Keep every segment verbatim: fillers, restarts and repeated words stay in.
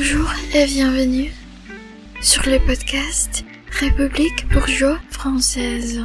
Bonjour et bienvenue sur le podcast République Bourgeois Française.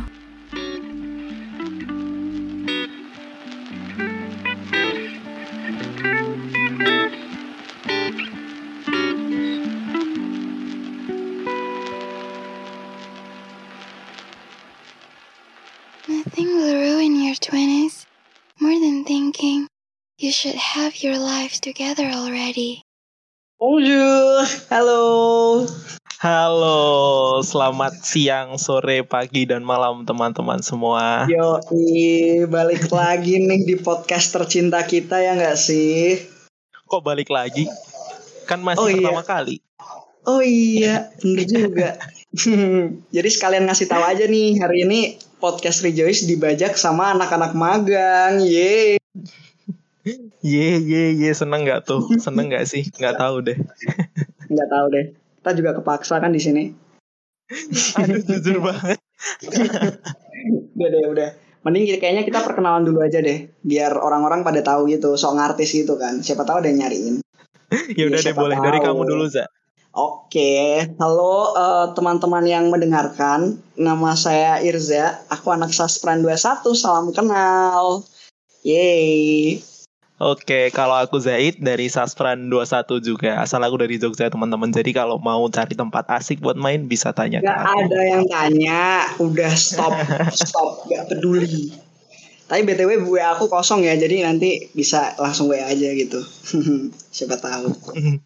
Nothing will ruin your twenties more than thinking you should have your life together already. Bonjour, halo. Halo, selamat siang, sore, pagi, dan malam teman-teman semua. Yo, balik lagi nih di podcast tercinta kita ya nggak sih? Kok balik lagi? Kan masih Oh, pertama iya. kali. Oh iya, bener juga. Jadi sekalian ngasih tahu aja nih, hari ini podcast Rejoice dibajak sama anak-anak magang. Yeay. Ye ye ye, seneng nggak tuh? Seneng nggak sih? Nggak tahu deh. Nggak tahu deh. Kita juga kepaksa kan di sini. Aduh, jujur banget. Udah deh, udah. Mending kayaknya kita perkenalan dulu aja deh, biar orang-orang pada tahu gitu, sok ngartis gitu kan. Siapa tahu ada yang nyariin. Ya udah Ya, deh, siapa boleh tahu. dari kamu dulu, Za. Oke, halo eh, teman-teman yang mendengarkan. Nama saya Irza, aku anak Saspran dua puluh satu, salam kenal. Yeay. Oke, kalau aku Zaid dari Saspran dua puluh satu juga. Asal aku dari Jogja, teman-teman. Jadi kalau mau cari tempat asik buat main bisa tanya ke Gak aku. ada yang tanya, udah stop, stop, gak peduli. Tapi B T W W A aku kosong ya, jadi nanti bisa langsung W A aja gitu. Siapa tahu.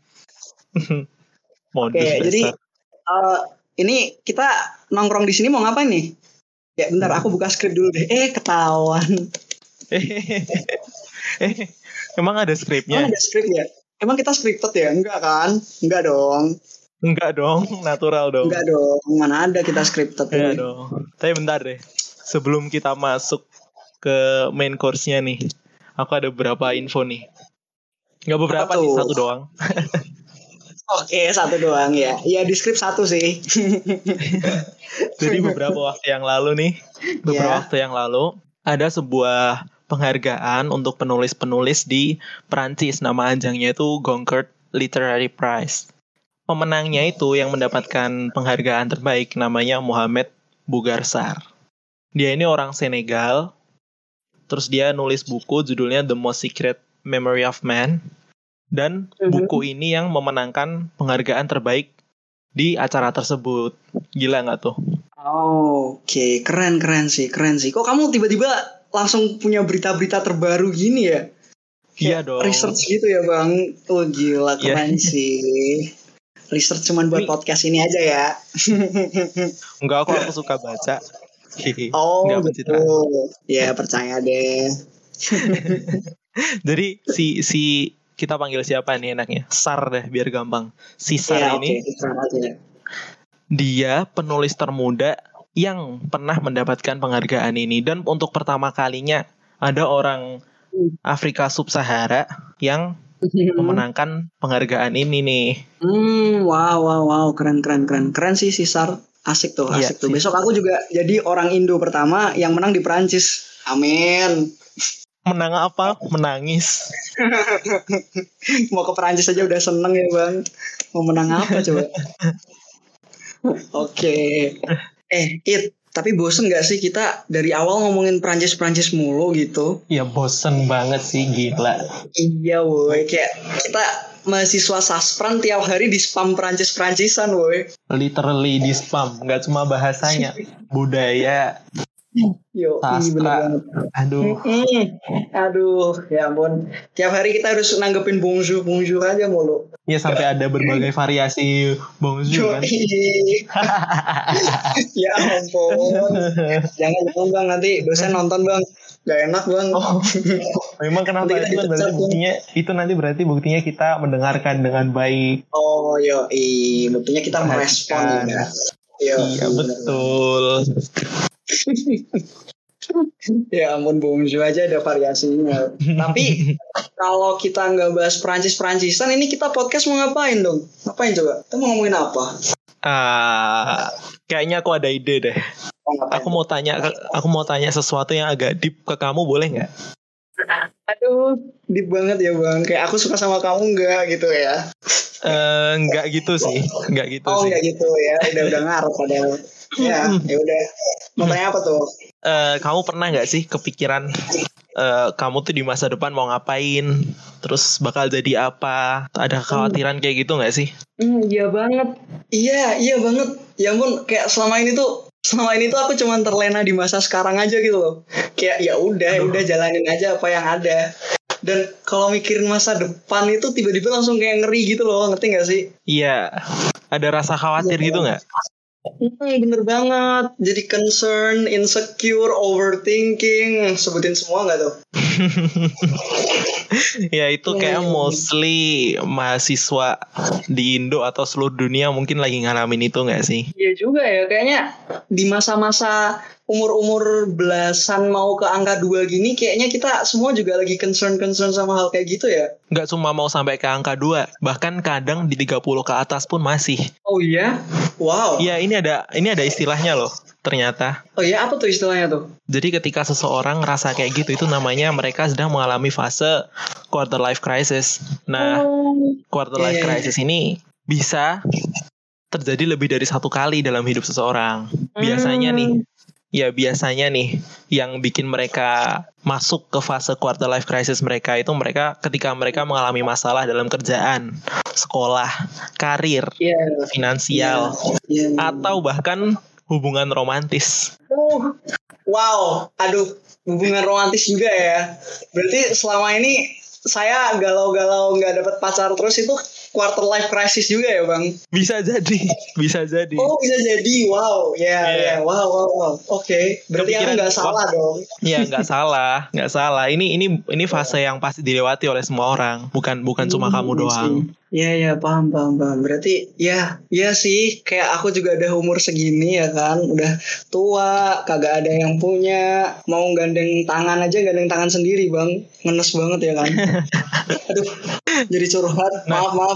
Modus Oke, dasar. jadi eh, ini kita nongkrong di sini mau ngapain nih? Ya bentar, aku buka skrip dulu deh. Eh, ketahuan. eh, emang ada skripnya? Emang ada skrip ya? Emang kita scripted ya? Enggak kan? Enggak dong. Enggak dong, natural dong. Enggak dong. Mana ada kita scripted Enggak ini. dong. Tapi bentar deh. Sebelum kita masuk ke main course-nya nih, aku ada beberapa info nih. Enggak beberapa Apa nih, tuh? satu doang. Oke, satu doang ya. Iya, di skrip satu sih. Jadi beberapa waktu yang lalu nih, beberapa Ya. waktu yang lalu ada sebuah penghargaan untuk penulis-penulis di Perancis. Nama ajangnya itu Goncourt Literary Prize. Pemenangnya itu yang mendapatkan penghargaan terbaik namanya Mohamed Bougarsar. Dia ini orang Senegal. Terus dia nulis buku judulnya The Most Secret Memory of Man. Dan Mhm. buku ini yang memenangkan penghargaan terbaik di acara tersebut. Gila nggak tuh? Oh, Oke, keren keren sih, keren sih. Kok kamu tiba-tiba langsung punya berita-berita terbaru gini ya? Iya Kayak dong. Research gitu ya, Bang. Oh gila, Iya. keren sih. Research cuman buat Ini- podcast ini aja ya. Enggak, aku aku suka baca. Oh, Enggak pencitraan. betul. Ya, percaya deh. Jadi si si kita panggil siapa nih enaknya? Sar deh biar gampang. Si Sar Ya, ini oke, terserah aja. dia penulis termuda yang pernah mendapatkan penghargaan ini, dan untuk pertama kalinya ada orang Afrika Sub-Sahara yang memenangkan penghargaan ini nih. Hmm, wow, wow, wow, keren, keren, keren, keren sih si Sar. Asik tuh, Iya asik tuh. sih. Besok aku juga jadi orang Indo pertama yang menang di Perancis. Amin. Menang apa? Menangis. Mau ke Perancis aja udah seneng ya, Bang. Mau menang apa coba? Oke. Eh, It, tapi bosen gak sih kita dari awal ngomongin Perancis-Perancis mulu gitu? Ya bosen banget sih, gila. Iya, woi. Kayak kita mahasiswa Saspran tiap hari di spam Perancis-Perancisan, woi. Literally di spam, nggak cuma bahasanya, budaya, Yo, ih, bener sastra. banget. Aduh. Mm-mm. Aduh, ya ampun. Tiap hari kita harus nanggepin bonjour, bonjour aja mulu. Ya sampai ada berbagai variasi bonjour kan. Yoi. Ya ampun. Jangan jangan Bang, nanti dosen nonton Bang. Gak enak Bang. Oh, memang kenapa Nanti kita itu kan berarti dipecat, buktinya itu nanti berarti buktinya kita mendengarkan dengan baik. Oh yo, i, buktinya kita merespon Perhatikan. ya. Yo, Iya i, betul. Ya ampun, bonjour aja ada variasinya. Tapi kalau kita nggak bahas Perancis-Perancisan, ini kita podcast mau ngapain dong? Ngapain coba? Kita mau ngomongin apa? Ah, kayaknya aku ada ide deh. Oh, ngapain? Aku mau tanya, aku mau tanya sesuatu yang agak deep ke kamu, boleh nggak? Aduh, deep banget ya bang. Kayak aku suka sama kamu enggak gitu ya? Eh, nggak gitu sih, nggak gitu Oh sih. enggak gitu ya, udah udah ngarep padahal. Ya, ya udah. Mau tanya apa tuh? Eh, kamu pernah nggak sih kepikiran eh, kamu tuh di masa depan mau ngapain, terus bakal jadi apa? Ada kekhawatiran kayak gitu nggak sih? Hmm, iya banget. Iya, iya banget. Ya ampun, kayak selama ini tuh selama ini tuh aku cuman terlena di masa sekarang aja gitu loh. Kayak ya udah, ya Aduh. udah jalanin aja apa yang ada. Dan kalau mikirin masa depan itu tiba-tiba langsung kayak ngeri gitu loh, ngerti gak sih? Iya, ada rasa khawatir gitu nggak? Hmm, bener banget. Jadi concern, insecure, overthinking, sebutin semua nggak tuh? Ya itu kayak Hmm. mostly mahasiswa di Indo atau seluruh dunia mungkin lagi ngalamin itu nggak sih? Iya juga ya, kayaknya di masa-masa umur-umur belasan mau ke angka dua gini, kayaknya kita semua juga lagi concern-concern sama hal kayak gitu ya. Nggak cuma mau sampai ke angka dua, bahkan kadang di tiga puluh ke atas pun masih. Oh iya? Wow. Iya, ini ada ini ada istilahnya loh, ternyata. Oh iya, apa tuh istilahnya tuh? Jadi ketika seseorang ngerasa kayak gitu, itu namanya mereka sedang mengalami fase quarter life crisis. Nah, quarter life Iya, iya, iya. crisis ini bisa terjadi lebih dari satu kali dalam hidup seseorang. Biasanya nih, ya biasanya nih yang bikin mereka masuk ke fase quarter life crisis mereka itu mereka ketika mereka mengalami masalah dalam kerjaan, sekolah, karir, Iya. finansial, Iya. atau bahkan hubungan romantis. Oh, wow, aduh, hubungan romantis juga ya. Berarti selama ini saya galau-galau nggak dapat pacar terus itu quarter life crisis juga ya bang? Bisa jadi, bisa jadi. Oh bisa jadi, wow, ya, yeah, Iya. yeah. wow, wow, wow. Oke, okay. Berarti aku Kepikiran, nggak salah wah. dong. Ya nggak salah, nggak salah. Ini ini ini fase yang pasti dilewati oleh semua orang, bukan bukan cuma Hmm, kamu doang. Iya ya, paham paham paham. Berarti ya ya sih, kayak aku juga udah umur segini ya kan, udah tua, kagak ada yang punya, mau gandeng tangan aja gandeng tangan sendiri bang, ngenes banget ya kan. Aduh, jadi curhat. Maaf maaf.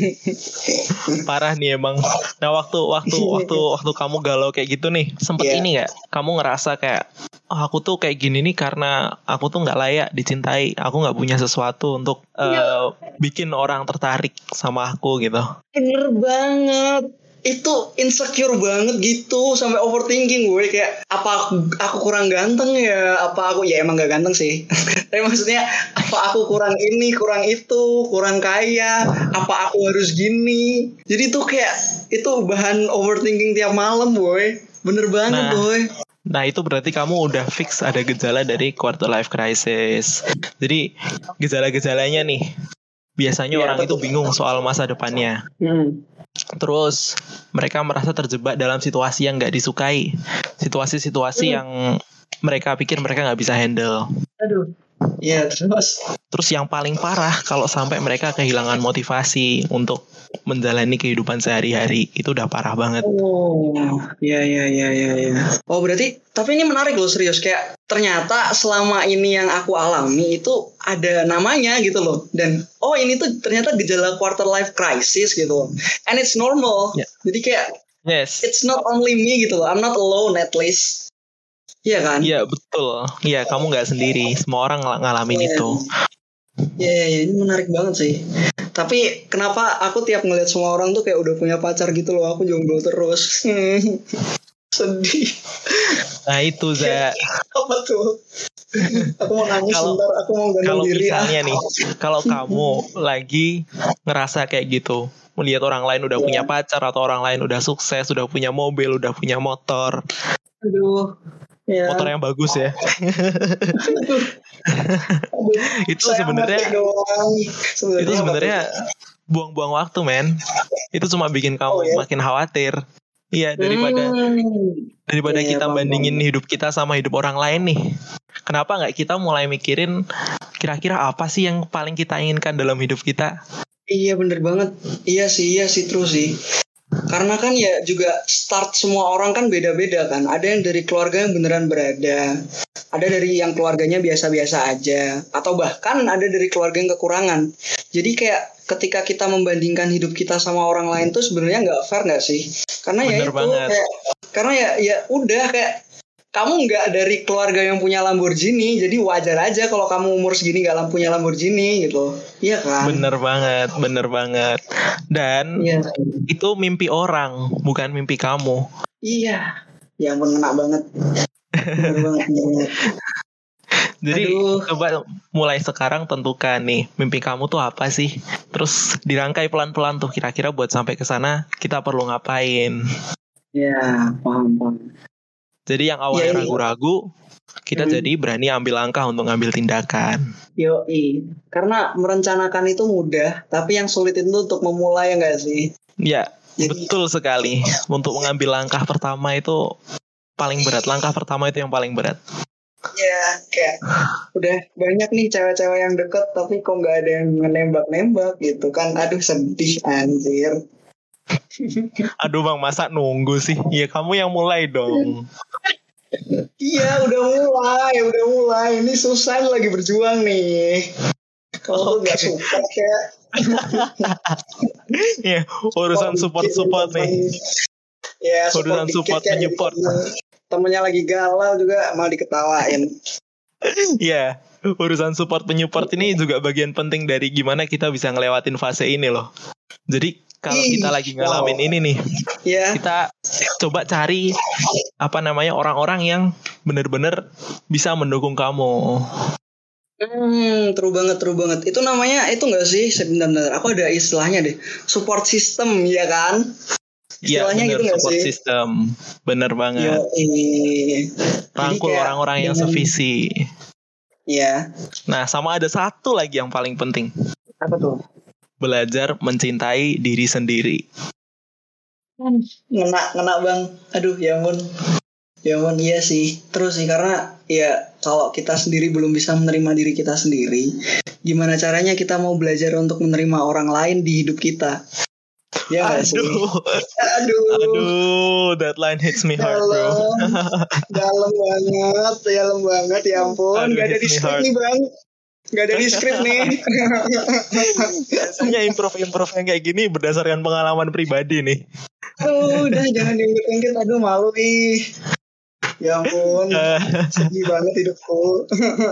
Parah nih emang. Nah waktu waktu waktu waktu kamu galau kayak gitu nih, sempet Iya. ini nggak? Kamu ngerasa kayak, oh, aku tuh kayak gini nih karena aku tuh nggak layak dicintai, aku nggak punya sesuatu untuk uh, bikin orang tertarik sama aku gitu. Bener banget. Itu insecure banget gitu, sampai overthinking gue kayak apa aku, aku kurang ganteng ya, apa aku ya emang gak ganteng sih. Tapi maksudnya apa aku kurang ini, kurang itu, kurang kaya, apa aku harus gini. Jadi tuh kayak itu bahan overthinking tiap malam boy. Bener banget Nah. boy. Nah itu berarti kamu udah fix ada gejala dari quarter life crisis. Jadi gejala-gejalanya nih, biasanya Iya, orang itu betul. bingung soal masa depannya. Hmm. Terus mereka merasa terjebak dalam situasi yang nggak disukai, situasi-situasi Hmm. yang mereka pikir mereka nggak bisa handle. Aduh. Iya terus. Terus yang paling parah kalau sampai mereka kehilangan motivasi untuk menjalani kehidupan sehari-hari, itu udah parah banget. Oh, ya ya ya ya ya. Oh berarti, tapi ini menarik loh serius, kayak ternyata selama ini yang aku alami itu ada namanya gitu loh. Dan oh ini tuh ternyata gejala quarter life crisis gitu. And it's normal. Ya. Jadi kayak Yes. it's not only me gitu loh. I'm not alone at least. Iya kan? Iya betul. Iya kamu nggak sendiri. Semua orang ng- ngalamin Iya. itu. Iya, ya, ya, ini menarik banget sih. Tapi kenapa aku tiap ngeliat semua orang tuh kayak udah punya pacar gitu loh, aku jomblo terus. Sedih. Nah itu Za. Apa tuh? Aku mau nangis Kalau- sebentar, aku mau gantung Kalau diri. misalnya ah. nih, kalau kamu lagi ngerasa kayak gitu, melihat orang lain udah Iya. punya pacar atau orang lain udah sukses, udah punya mobil, udah punya motor, Aduh. Ya. motor yang bagus ya. Aduh. Aduh. Itu Saya sebenarnya mati doang. Sebenarnya itu apa sebenarnya tuh? buang-buang waktu, men. Itu cuma bikin kamu Oh, ya? makin khawatir. Iya, daripada Hmm. daripada Iya, iya, kita paham, bandingin paham. hidup kita sama hidup orang lain nih. Kenapa nggak kita mulai mikirin kira-kira apa sih yang paling kita inginkan dalam hidup kita? Iya bener banget. Iya sih, iya sih, terus sih. Karena kan ya juga start semua orang kan beda-beda kan. Ada yang dari keluarga yang beneran berada, ada dari yang keluarganya biasa-biasa aja, atau bahkan ada dari keluarga yang kekurangan. Jadi kayak ketika kita membandingkan hidup kita sama orang lain tuh sebenarnya nggak fair nggak sih? Karena ya Bener itu banget. kayak, karena ya ya udah kayak kamu nggak dari keluarga yang punya Lamborghini, jadi wajar aja kalau kamu umur segini nggak punya Lamborghini gitu. Iya kan? Bener banget, bener banget. Dan Iya. itu mimpi orang, bukan mimpi kamu. Iya. Ya ampun, ngena banget. Bener banget, bener banget. Jadi Aduh. coba mulai sekarang tentukan nih mimpi kamu tuh apa sih. Terus dirangkai pelan-pelan tuh kira-kira buat sampai ke sana kita perlu ngapain. Ya, paham, paham. Jadi yang awalnya Ya, ini- ragu-ragu kita Hmm. jadi berani ambil langkah untuk ngambil tindakan. Yoi. Karena merencanakan itu mudah, tapi yang sulit itu untuk memulai, enggak sih? Ya, Jadi- betul sekali. Untuk mengambil langkah pertama itu paling berat. Langkah pertama itu yang paling berat. Ya, kayak udah banyak nih cewek-cewek yang deket, tapi kok nggak ada yang nembak-nembak gitu kan. Aduh, sedih anjir. Aduh Bang, masa nunggu sih? Ya kamu yang mulai dong. Iya, udah mulai, udah mulai. Ini susah lagi berjuang nih. Kalau tuh nggak Oke. support kayak Ya, urusan support-support nih. Ya, Urusan dikit support kayak menyupport. gitu. Temennya lagi galau juga malah diketawain. Iya, urusan support penyupport ini juga bagian penting dari gimana kita bisa ngelewatin fase ini loh. Jadi kalau Ih, kita lagi ngalamin wow. ini nih, Ya, kita coba cari apa namanya orang-orang yang benar-benar bisa mendukung kamu. hmm, true banget, true banget. Itu namanya itu nggak sih? Sebentar-bentar, aku ada istilahnya deh. Support system, ya kan? Iya, Istilahnya bener, gitu nggak support sih? system. Bener banget. Yo, ini. Rangkul orang-orang yang sevisi. Iya. Nah, sama ada satu lagi yang paling penting. Apa tuh? Belajar mencintai diri sendiri. Ngena, ngena bang. Aduh, ya ampun. Ya ampun, iya sih. Terus sih, karena ya kalau kita sendiri belum bisa menerima diri kita sendiri, gimana caranya kita mau belajar untuk menerima orang lain di hidup kita? Ya nggak sih? Aduh, Aduh. aduh, that line hits me hard, bro. Dalam, dalam banget, dalam banget, ya ampun. Aduh, Gak ada hits di me skrip hard. nih bang. Gak ada di skrip nih. Biasanya improve-improve yang kayak gini berdasarkan pengalaman pribadi nih. Aduh, udah jangan diungkit-ungkit. Aduh, malu ih. Ya ampun, sedih banget hidupku.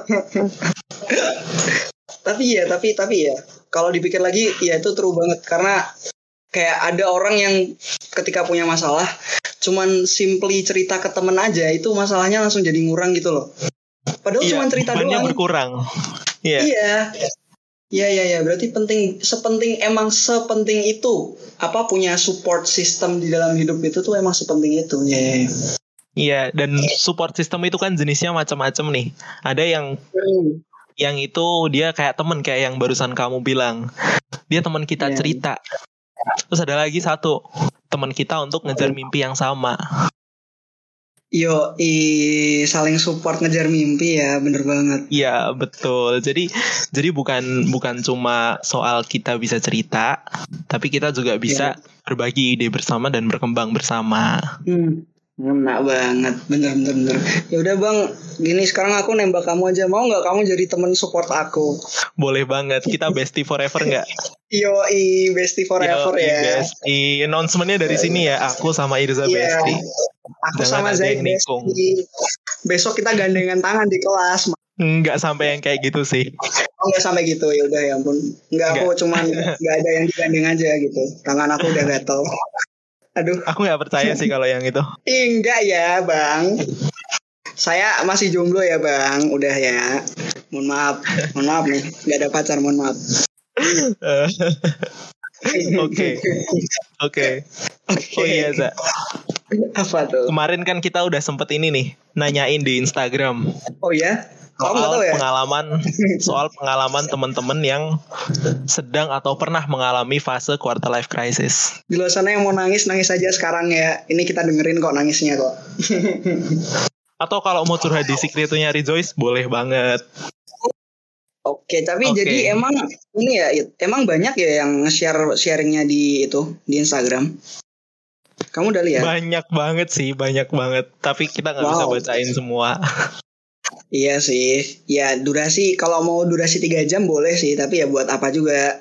Tapi ya, tapi tapi ya, kalau dipikir lagi, ya itu true banget. Karena kayak ada orang yang ketika punya masalah, cuman simply cerita ke temen aja, itu masalahnya langsung jadi ngurang gitu loh. Padahal Iya, cuma cerita bebannya doang. berkurang. Iya. Iya. Iya, iya, iya. Berarti penting, sepenting emang sepenting itu apa punya support system di dalam hidup itu tuh emang sepenting itu. Iya, iya, iya. Iya, dan support system itu kan jenisnya macam-macam nih. Ada yang Hmm. yang itu dia kayak temen, kayak yang barusan kamu bilang. Dia teman kita Iya. cerita. Terus ada lagi satu, teman kita untuk ngejar mimpi yang sama. Yo, i saling support ngejar mimpi ya, bener banget. Iya, betul. Jadi jadi bukan bukan cuma soal kita bisa cerita, tapi kita juga bisa berbagi ide bersama dan berkembang bersama. Hmm. Ngena banget, bener bener bener. Ya udah bang, gini sekarang aku nembak kamu aja, mau nggak kamu jadi teman support aku? Boleh banget. Kita bestie forever nggak? Yo, i bestie forever Yoi, ya. bestie. Announcementnya dari sini ya. Aku sama Irza Iya. bestie. Aku Jangan sama ada Zaid yang nikung. bestie. Besok kita gandengan tangan di kelas. Nggak sampai yang kayak gitu sih. Oh nggak sampai gitu, ya udah ya ampun. Nggak, aku Nggak. cuman nggak ada yang digandeng aja gitu. Tangan aku udah gatel. Aduh, Aku nggak percaya sih kalau yang itu. Ih, enggak ya bang. Saya masih jomblo ya bang. Udah ya. Mohon maaf, mohon maaf nih. Nggak ada pacar, mohon maaf. Eh, Oke, oke. Oh iya, Za. Apa tuh? Kemarin kan kita udah sempet ini nih, nanyain di Instagram Oh ya? Kamu nggak soal tahu ya? pengalaman, soal pengalaman teman-teman yang sedang atau pernah mengalami fase quarter life crisis. Di luar sana yang mau nangis, nangis aja sekarang ya. Ini kita dengerin kok nangisnya kok. Atau kalau mau curhat di Secret-nya Rejoice, boleh banget. Oke, tapi Oke. jadi emang ini ya, It, emang banyak ya yang share sharingnya di itu di Instagram. Kamu udah lihat? Banyak banget sih, banyak banget. Tapi kita nggak bisa Wow. bacain semua. Iya sih, ya durasi kalau mau durasi tiga jam boleh sih, tapi ya buat apa juga.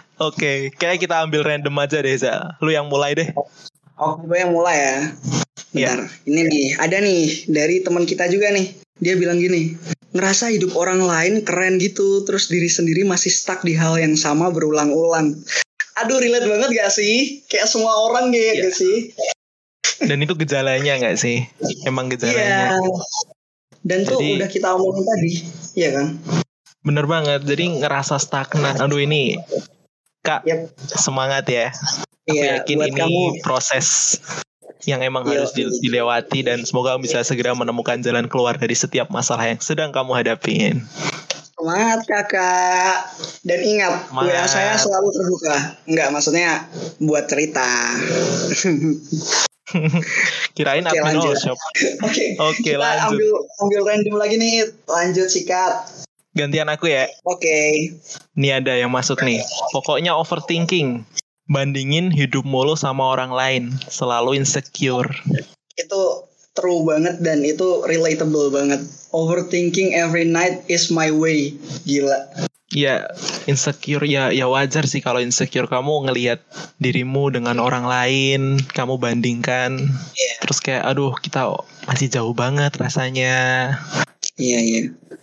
Oke, kayak kita ambil random aja deh, Za. Lu yang mulai deh. Oh, gue yang mulai ya. Bentar, ini nih ada nih dari teman kita juga nih. Dia bilang gini, ngerasa hidup orang lain keren gitu, terus diri sendiri masih stuck di hal yang sama berulang-ulang. Aduh, relate banget gak sih? Kayak semua orang gitu Iya. gak sih? Dan itu gejalanya nggak sih? Emang Iya. gejalanya. Dan tuh Jadi- udah kita omongin tadi, iya kan? Bener banget. Jadi ngerasa stagnan. Aduh ini, Kak, Yap. semangat ya. Aku Iya, yakin buat ini kamu. proses yang emang Iya. harus di- dilewati dan semoga bisa segera menemukan jalan keluar dari setiap masalah yang sedang kamu hadapin. Semangat kakak. Dan ingat, W A Semangat. saya selalu terbuka. Enggak, maksudnya buat cerita. Kirain Oke, admin all lanjut. shop. Oke, Oke, kita lanjut. ambil ambil random lagi nih. Lanjut sikat. Gantian aku ya. Oke. Nih ada yang masuk nih. Pokoknya overthinking. Bandingin hidup mulu sama orang lain. Selalu insecure. Itu true banget dan itu relatable banget. Overthinking every night is my way. Gila. Ya insecure ya ya wajar sih kalau insecure, kamu ngelihat dirimu dengan orang lain, kamu bandingkan, Iya. terus kayak aduh kita masih jauh banget rasanya. Iya, iya.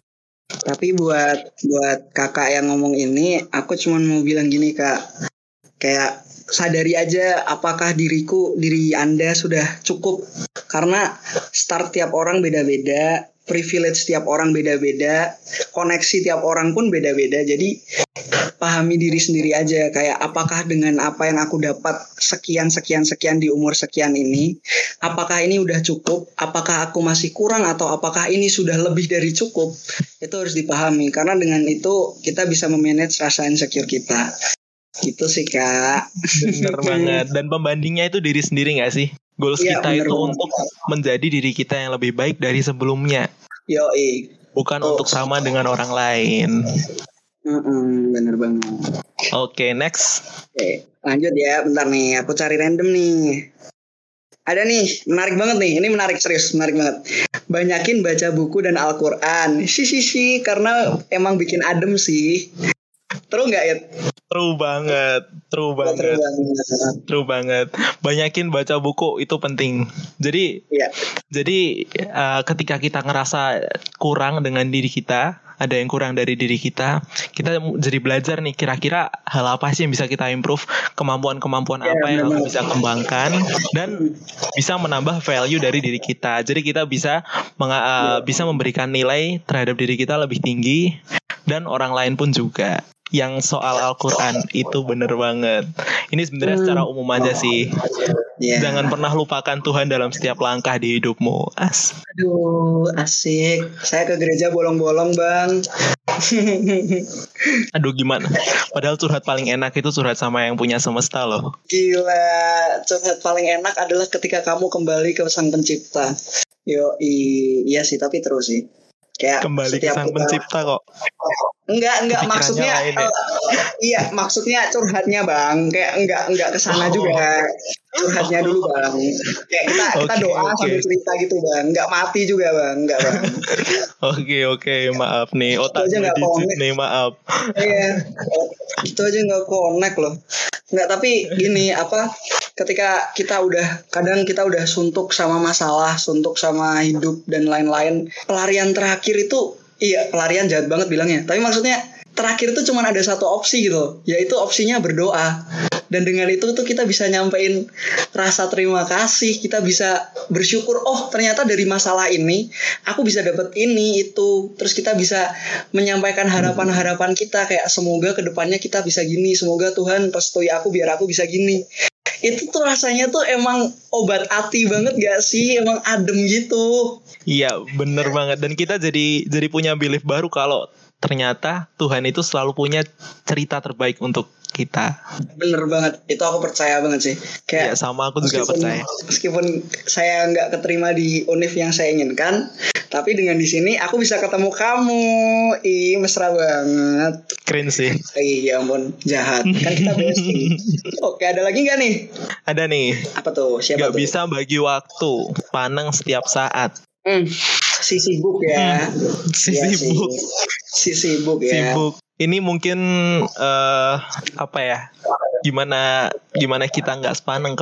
Tapi buat buat kakak yang ngomong ini, aku cuma mau bilang gini kak. Kayak sadari aja apakah diriku, diri Anda sudah cukup. Karena start tiap orang beda-beda, privilege tiap orang beda-beda, koneksi tiap orang pun beda-beda. Jadi pahami diri sendiri aja, kayak apakah dengan apa yang aku dapat sekian sekian sekian di umur sekian ini, apakah ini udah cukup, apakah aku masih kurang, atau apakah ini sudah lebih dari cukup. Itu harus dipahami, karena dengan itu kita bisa memanage rasa insecure kita. Gitu sih kak. Bener banget. Dan pembandingnya itu diri sendiri gak sih? Goals Iya, kita bener itu banget. untuk menjadi diri kita yang lebih baik dari sebelumnya, Yoi. bukan Oh. untuk sama dengan orang lain. Mm-mm, bener banget. Oke, next. Oke, lanjut ya. Bentar nih, aku cari random nih. Ada nih, menarik banget nih. Ini menarik, serius, menarik banget. Banyakin baca buku dan Al-Quran. Si si si, karena emang bikin adem sih. True nggak ya? True banget, true True banget, banget. true banget. Banyakin baca buku itu penting. Jadi, Iya. jadi uh, ketika kita ngerasa kurang dengan diri kita, ada yang kurang dari diri kita, kita jadi belajar nih kira-kira hal apa sih yang bisa kita improve, kemampuan-kemampuan Iya, apa yang benar. aku bisa kembangkan dan bisa menambah value dari diri kita. Jadi kita bisa menga- uh, bisa memberikan nilai terhadap diri kita lebih tinggi dan orang lain pun juga. Yang soal Al-Quran itu bener banget. Ini sebenarnya Hmm. secara umum aja sih. Iya. Jangan pernah lupakan Tuhan dalam setiap langkah di hidupmu. As. Aduh, asik. Saya ke gereja bolong-bolong, Bang. Aduh gimana? Padahal curhat paling enak itu curhat sama yang punya semesta loh. Gila, curhat paling enak adalah ketika kamu kembali ke Sang Pencipta. Yo, iya sih, tapi terus sih. Kayak Kembali ke setiap Sang kita- Pencipta kok. Enggak, enggak, Kepikirannya maksudnya lain ya? eh, iya, maksudnya curhatnya, Bang. Kayak enggak enggak ke sana Oh. juga. Curhatnya dulu, Bang. Kayak kita kita Oke, doa oke. sambil cerita gitu, Bang. Enggak mati juga, Bang. Enggak, Bang. Oke oke maaf nih. Otak aja gue nggak digit connect. nih, maaf. Iya. Itu aja enggak connect loh. Enggak, tapi gini, apa ketika kita udah kadang kita udah suntuk sama masalah, suntuk sama hidup dan lain-lain, pelarian terakhir itu iya, pelarian jahat banget bilangnya. Tapi maksudnya terakhir itu cuma ada satu opsi gitu, yaitu opsinya berdoa. Dan dengan itu tuh kita bisa nyampein rasa terima kasih, kita bisa bersyukur, oh ternyata dari masalah ini aku bisa dapet ini itu. Terus kita bisa menyampaikan harapan-harapan kita, kayak semoga kedepannya kita bisa gini, semoga Tuhan restui aku biar aku bisa gini. Itu tuh rasanya tuh emang obat hati banget gak sih? Emang adem gitu. Iya bener banget. Dan kita jadi jadi punya belief baru kalau ternyata Tuhan itu selalu punya cerita terbaik untuk kita. Bener banget, itu aku percaya banget sih. Iya Kayak sama aku juga meskipun, percaya. meskipun saya nggak keterima di univ yang saya inginkan, tapi dengan di sini aku bisa ketemu kamu. Ih, mesra banget. Keren sih. Ih, ya ampun, jahat. Kan kita bestie. Oke, ada lagi nggak nih? Ada nih. Apa tuh? Siapa Gak tuh? bisa bagi waktu, paneng setiap saat. Hmm, si sibuk ya. Si Iya sibuk, sih. Si sibuk ya. sibuk. Ini mungkin eh apa ya? Gimana gimana kita nggak sepaneng kalau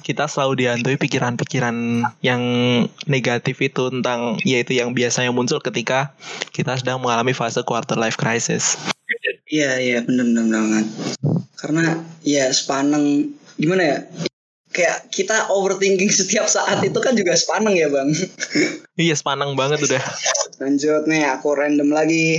kita selalu dihantui pikiran-pikiran yang negatif itu tentang yaitu yang biasanya muncul ketika kita sedang mengalami fase quarter life crisis. Iya iya benar-benar banget. Karena ya sepaneng gimana ya? Kayak kita overthinking setiap saat itu kan juga sepaneng ya bang. Iya sepaneng banget udah. Lanjut nih aku random lagi.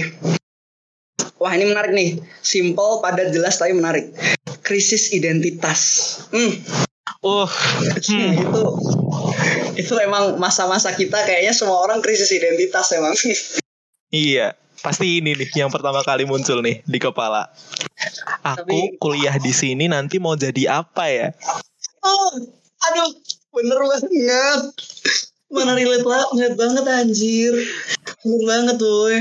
Wah ini menarik nih. Simple, padat, jelas tapi menarik. Krisis identitas. Hmm. Oh hmm. itu itu emang masa-masa kita kayaknya semua orang krisis identitas emang. Iya. Pasti ini nih yang pertama kali muncul nih di kepala. Aku Tapi, kuliah di sini nanti mau jadi apa ya? Oh, aduh, bener banget. Mana relate banget banget anjir. Bener banget tuh.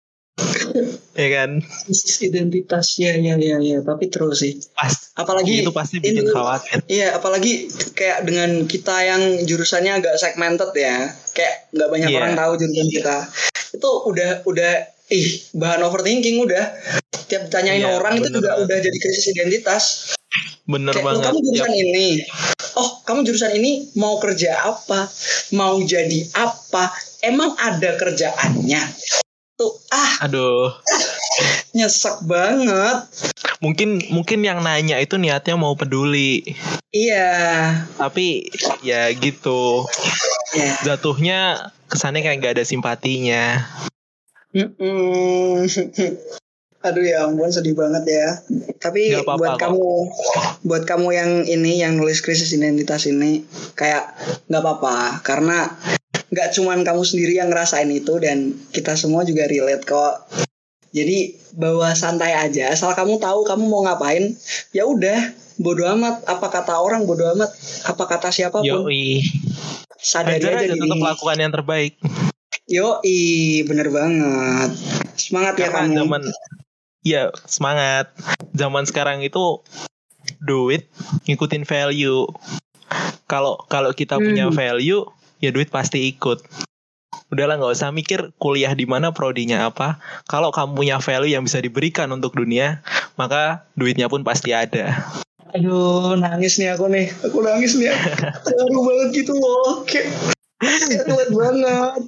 Ya kan? Krisis identitas ya ya ya ya. Tapi terus sih. Pas. Apalagi itu pasti bikin ini, khawatir. Iya, apalagi kayak dengan kita yang jurusannya agak segmented ya. Kayak nggak banyak yeah. orang tahu jurusan kita. Itu udah udah ih bahan overthinking udah. Tiap ditanyain yeah, orang itu juga banget. Udah jadi krisis identitas. Bener kayak, banget. Kamu jurusan yep. ini. Oh, kamu jurusan ini mau kerja apa? Mau jadi apa? Emang ada kerjaannya? Tuh, ah. Aduh. Nyesek banget. Mungkin mungkin yang nanya itu niatnya mau peduli. Iya. Tapi ya gitu. Yeah. Jatuhnya kesannya kayak gak ada simpatinya. Mm-mm. Aduh ya ampun sedih banget ya. Tapi buat kok. kamu buat kamu yang ini yang nulis krisis identitas ini kayak nggak apa-apa karena nggak cuman kamu sendiri yang ngerasain itu dan kita semua juga relate kok. Jadi bawa santai aja asal kamu tahu kamu mau ngapain ya udah bodo amat apa kata orang bodo amat apa kata siapapun. Yoi. Sadari aja, aja tetap lakukan yang terbaik. Yoi bener banget. Semangat karena ya kamu. Zaman ya semangat. Zaman sekarang itu duit ngikutin value. Kalau kalau kita hmm. punya value, ya duit pasti ikut. Udahlah nggak usah mikir kuliah di mana, prodinya apa. Kalau kamu punya value yang bisa diberikan untuk dunia, maka duitnya pun pasti ada. Aduh, nangis nih aku nih. Aku nangis nih. Terlalu banget gitu loh. Kayak kuat banget.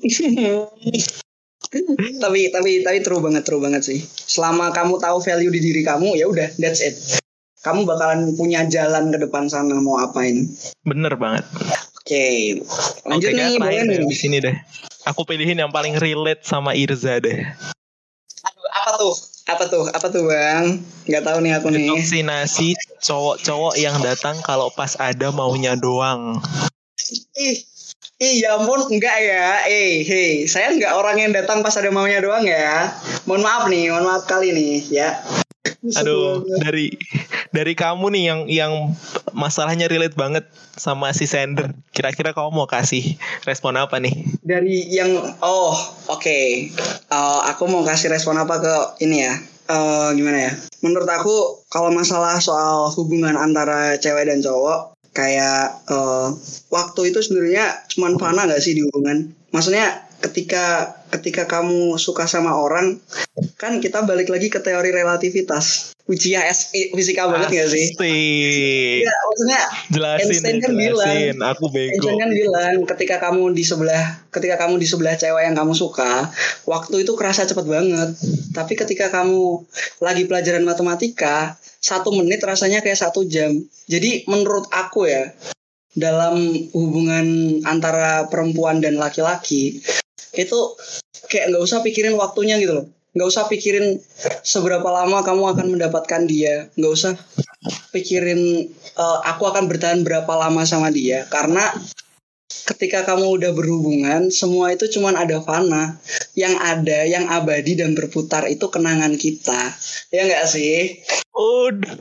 tapi tapi tapi true banget true banget sih. Selama kamu tahu value di diri kamu, ya udah, that's it. Kamu bakalan punya jalan ke depan sana mau apain. Bener banget. Oke, okay. lanjut okay, nih, boleh nih. Di sini deh. Aku pilihin yang paling relate sama Irza deh. Aduh, apa tuh? Apa tuh? Apa tuh, Bang? Gak tahu nih aku nih. Vaksinasi cowok-cowok yang datang kalau pas ada maunya doang. Ih. Ih ya ampun enggak ya. Eh hey, saya enggak orang yang datang pas ada maunya doang ya. Mohon maaf nih, mohon maaf kali nih ya. Aduh, dari dari kamu nih yang yang masalahnya relate banget sama si sender. Kira-kira kamu mau kasih respon apa nih? Dari yang oh, oke. Okay. Uh, aku mau kasih respon apa ke ini ya? Uh, gimana ya? Menurut aku kalau masalah soal hubungan antara cewek dan cowok kayak uh, waktu itu sebenarnya cuman fana gak sih di hubungan? Maksudnya ketika ketika kamu suka sama orang kan kita balik lagi ke teori relativitas. Ujian S I fisika banget gak sih? Ya, maksudnya jelasin, Einstein kan jelasin. bilang, aku bego. Einstein kan bilang ketika kamu di sebelah ketika kamu di sebelah cewek yang kamu suka, waktu itu kerasa cepet banget. Tapi ketika kamu lagi pelajaran matematika, satu menit rasanya kayak satu jam. Jadi menurut aku ya, dalam hubungan antara perempuan dan laki-laki itu kayak nggak usah pikirin waktunya gitu loh. Nggak usah pikirin seberapa lama kamu akan mendapatkan dia. Nggak usah pikirin uh, aku akan bertahan berapa lama sama dia. Karena ketika kamu udah berhubungan, semua itu cuman ada fana. Yang ada, yang abadi dan berputar itu kenangan kita. Ya nggak sih? Udah.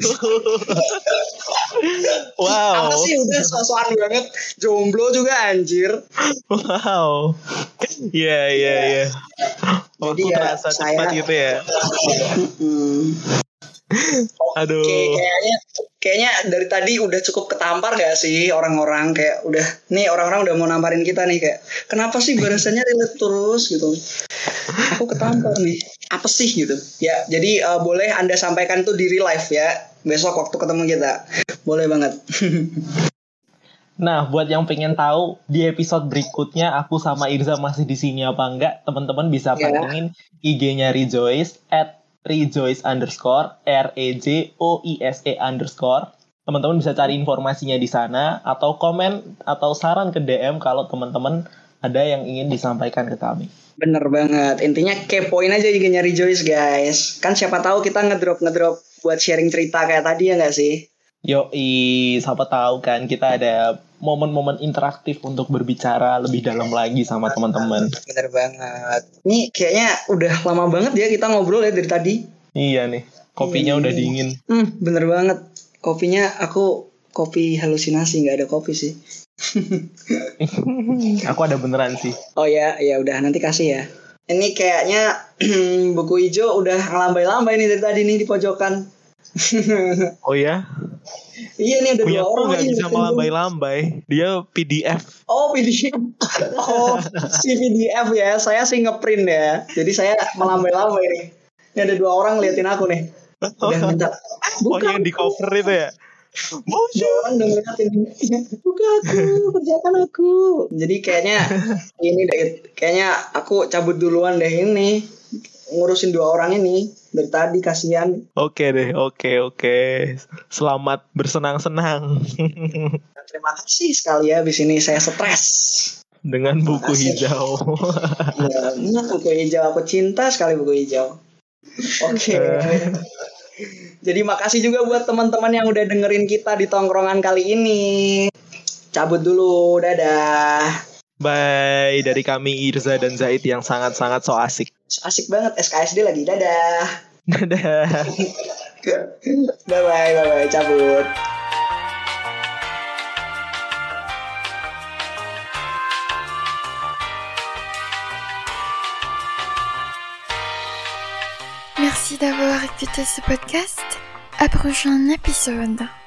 Wow. Apa sih udah so-soan banget. Jomblo juga anjir. Wow. Iya, iya, iya. Jadi ya saya gitu ya. Aduh. Oke, kayaknya kayaknya dari tadi udah cukup ketampar gak sih orang-orang kayak udah nih orang-orang udah mau namparin kita nih kayak kenapa sih barasannya relate terus gitu. Aku ketampar nih. Apa sih gitu. Ya, jadi uh, boleh Anda sampaikan tuh di real life ya. Besok waktu ketemu kita. Boleh banget. Nah, buat yang pengen tahu di episode berikutnya aku sama Irza masih di sini apa enggak, teman-teman bisa Ya. pantengin I G-nya Rejoice at Rejoice underscore R E J O I S E underscore. Teman-teman bisa cari informasinya di sana atau komen atau saran ke D M kalau teman-teman ada yang ingin disampaikan ke kami. Bener banget. Intinya kepoin aja I G-nya Rejoice guys. Kan siapa tahu kita ngedrop ngedrop buat sharing cerita kayak tadi ya nggak sih? Yoi, siapa tahu kan kita ada momen-momen interaktif untuk berbicara lebih dalam lagi sama teman-teman. Bener banget. Ini kayaknya udah lama banget ya kita ngobrol ya dari tadi. Iya nih, kopinya Iya. udah dingin. Hmm, bener banget. Kopinya aku kopi halusinasi, nggak ada kopi sih. Aku ada beneran sih. Oh ya, ya udah nanti kasih ya. Ini kayaknya buku hijau udah ngelambai-lambai nih dari tadi nih di pojokan. Oh ya? Iya nih ada Punya dua aku orang nggak nih, bisa ngeliatin melambai-lambai. Dia P D F. Oh P D F. Oh si P D F ya. Saya sih ngeprint ya. Jadi saya melambai-lambai nih. Ini ada dua orang liatin aku nih. Udah minta. Ah, Oh buka yang di aku. cover itu ya? Dua orang udah ngeliatin. Buka aku, kerjakan aku. Jadi kayaknya ini deh. Kayaknya aku cabut duluan deh ini. Ngurusin dua orang ini. Dari tadi kasihan. Oke deh, oke oke. Selamat bersenang-senang Terima kasih sekali ya. Abis ini saya stres. dengan buku Makasih. hijau. Ya, benar, buku hijau. Aku cinta sekali buku hijau. Oke. Jadi makasih juga buat teman-teman yang udah dengerin kita di tongkrongan kali ini. Cabut dulu. Dadah. Bye dari kami Irza dan Zaid yang sangat-sangat so asik. Asik banget S K S D lagi. Dadah. Dadah. Bye-bye. Bye-bye. Cabut. Merci d'avoir écouté ce podcast. À prochain épisode.